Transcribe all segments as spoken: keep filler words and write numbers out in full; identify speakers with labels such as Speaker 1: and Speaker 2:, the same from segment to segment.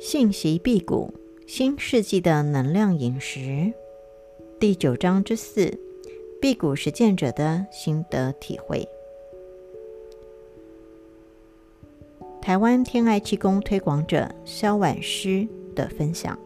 Speaker 1: 信息辟谷，新世纪的能量饮食，第九章之四，辟谷实践者的心得体会。台湾天爱气功推广者萧婉诗的分享。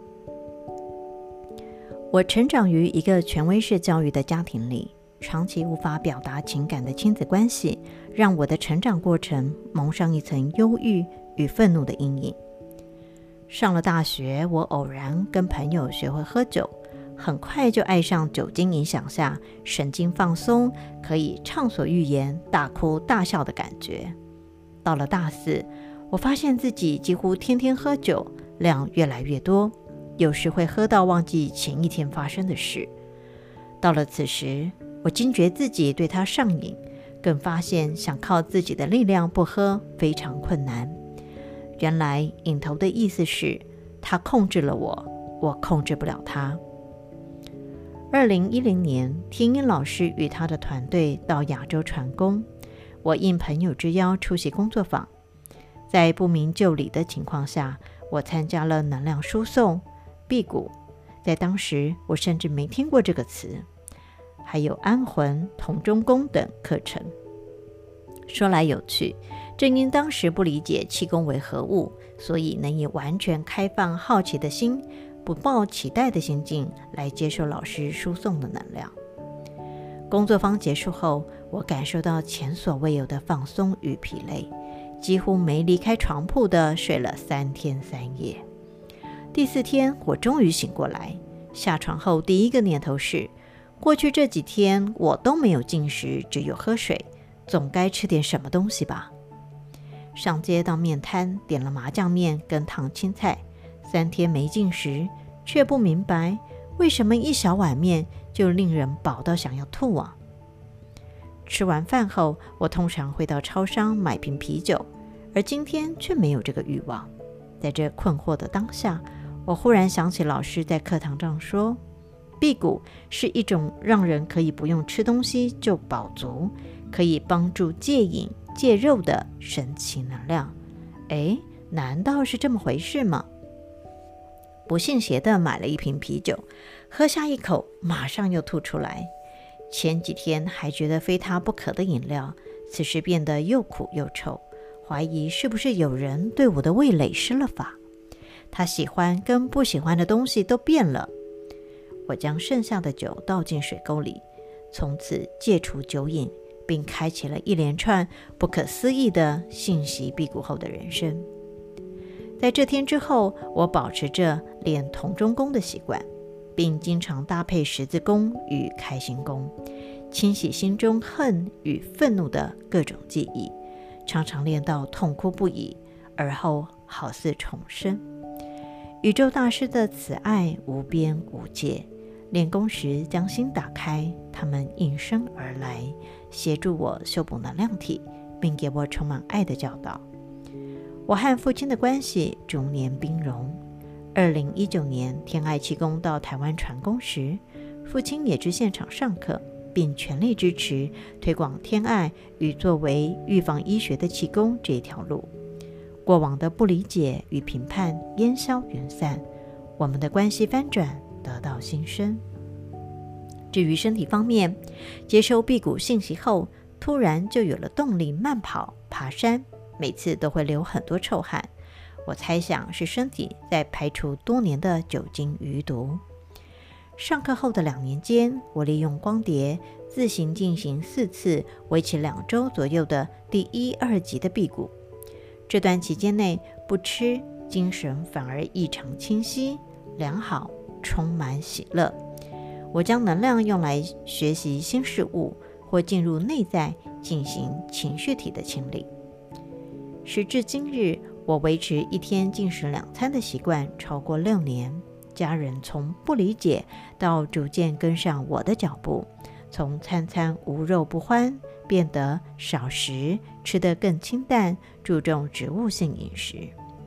Speaker 1: 我成长于一个权威式教育的家庭里，长期无法表达情感的亲子关系，让我的成长过程蒙上一层忧郁与愤怒的阴影。上了大学，我偶然跟朋友学会喝酒，很快就爱上酒精影响下神经放松，可以畅所欲言、大哭大笑的感觉。到了大四，我发现自己几乎天天喝酒，量越来越多，有时会喝到忘记前一天发生的事。到了此时，我惊觉自己对它上瘾，更发现想靠自己的力量不喝非常困难。原来瘾头的意思是他控制了我，我控制不了他。二零一零年，天音老师与他的团队到亚洲传功，我应朋友之邀出席工作坊。在不明就里的情况下，我参加了能量输送、辟谷，在当时我甚至没听过这个词，还有安魂、同中功等课程。说来有趣，正因当时不理解气功为何物，所以能以完全开放好奇的心，不抱期待的心境来接受老师输送的能量。工作坊结束后，我感受到前所未有的放松与疲累，几乎没离开床铺的睡了三天三夜。第四天我终于醒过来，下床后第一个念头是，过去这几天我都没有进食，只有喝水，总该吃点什么东西吧。上街到面摊点了麻酱面跟烫青菜，三天没进食，却不明白为什么一小碗面就令人饱到想要吐啊。吃完饭后，我通常会到超商买瓶啤酒，而今天却没有这个欲望。在这困惑的当下，我忽然想起老师在课堂上说，辟谷是一种让人可以不用吃东西就饱足，可以帮助戒瘾戒肉的神奇能量。诶，难道是这么回事吗？不信邪的买了一瓶啤酒，喝下一口马上又吐出来。前几天还觉得非它不可的饮料，此时变得又苦又臭，怀疑是不是有人对我的味蕾施了法。他喜欢跟不喜欢的东西都变了。我将剩下的酒倒进水沟里，从此戒除酒瘾，并开启了一连串不可思议的信息辟谷后的人生。在这天之后，我保持着练同中功的习惯，并经常搭配十字功与开心功，清洗心中恨与愤怒的各种记忆，常常练到痛哭不已，而后好似重生。宇宙大师的慈爱无边无界，练功时将心打开，他们应声而来，协助我修补能量体，并给我充满爱的教导。我和父亲的关系逐年冰融。二零一九年天爱气功到台湾传功时，父亲也至现场上课，并全力支持推广天爱与作为预防医学的气功这一条路。过往的不理解与评判烟消云散，我们的关系翻转，得到新生。至于身体方面，接收辟谷信息后，突然就有了动力慢跑、爬山，每次都会流很多臭汗。我猜想是身体在排除多年的酒精余毒。上课后的两年间，我利用光碟自行进行四次为期两周左右的第一、二级的辟谷。这段期间内不吃，精神反而异常清晰、良好，充满喜乐。我将能量用来学习新事物，或进入内在进行情绪体的清理。时至今日，我维持一天进食两餐的习惯超过六年，家人从不理解到逐渐跟上我的脚步，从餐餐无肉不欢变得少食，吃得更清淡，注重植物性饮食。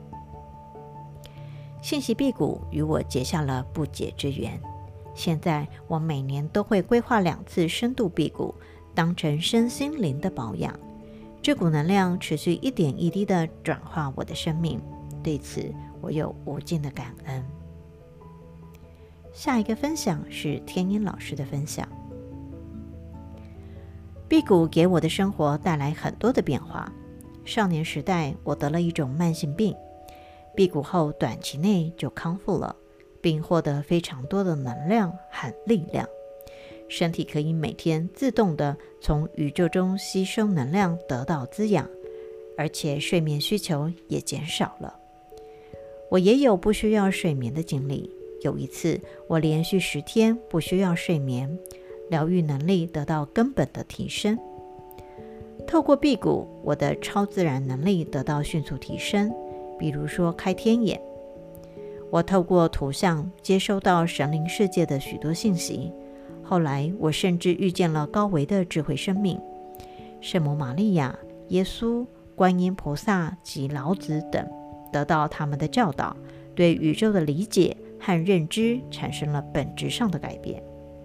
Speaker 1: 信息辟谷与我结下了不解之缘。现在我每年都会规划两次深度辟谷，当成身心灵的保养。这股能量持续一点一滴地转化我的生命，对此我有无尽的感恩。下一个分享是天音老师的分享。辟谷给我的生活带来很多的变化。少年时代，我得了一种慢性病，辟谷后短期内就康复了，并获得非常多的能量和力量。身体可以每天自动的从宇宙中吸收能量，得到滋养，而且睡眠需求也减少了。我也有不需要睡眠的经历。有一次，我连续十天不需要睡眠，疗愈能力得到根本的提升。透过辟谷，我的超自然能力得到迅速提升，比如说开天眼。我透过图像接收到神灵世界的许多信息。后来，我甚至遇见了高维的智慧生命，圣母玛利亚、耶稣、观音菩萨及老子等，得到他们的教导，对宇宙的理解和认知产生了本质上的改变。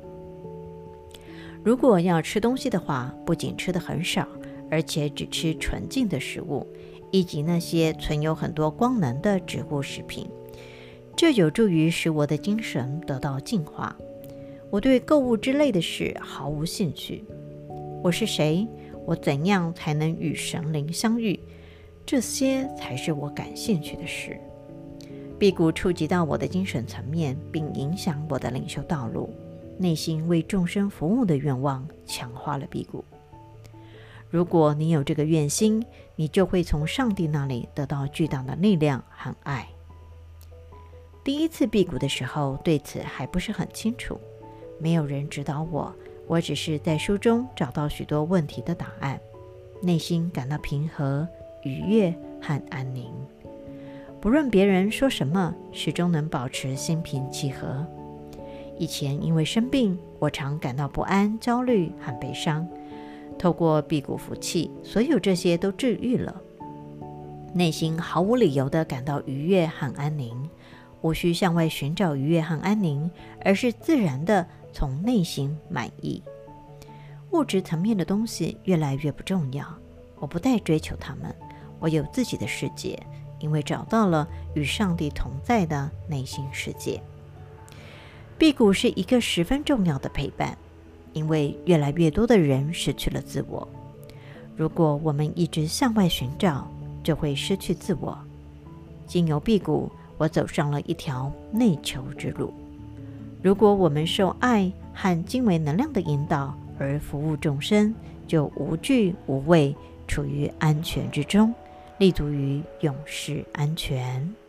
Speaker 1: 如果要吃东西的话，不仅吃得很少，而且只吃纯净的食物，以及那些存有很多光能的植物食品，这有助于使我的精神得到净化。我对购物之类的事毫无兴趣。我是谁？我怎样才能与神灵相遇？这些才是我感兴趣的事。辟谷触及到我的精神层面，并影响我的领袖道路。内心为众生服务的愿望强化了辟谷。如果你有这个愿心，你就会从上帝那里得到巨大的力量和爱。第一次辟谷的时候，对此还不是很清楚，没有人指导我，我只是在书中找到许多问题的答案，内心感到平和、愉悦和安宁。不论别人说什么，始终能保持心平气和。以前因为生病，我常感到不安、焦虑和悲伤。透过辟谷服气，所有这些都治愈了。内心毫无理由地感到愉悦和安宁，无需向外寻找愉悦和安宁，而是自然地从内心满意。物质层面的东西越来越不重要，我不再追求它们，我有自己的世界，因为找到了与上帝同在的内心世界。辟谷是一个十分重要的陪伴，因为越来越多的人失去了自我。如果我们一直向外寻找，就会失去自我。经由辟谷，我走上了一条内求之路。如果我们受爱和精微能量的引导而服务众生，就无惧无畏，处于安全之中，立足于永世安全。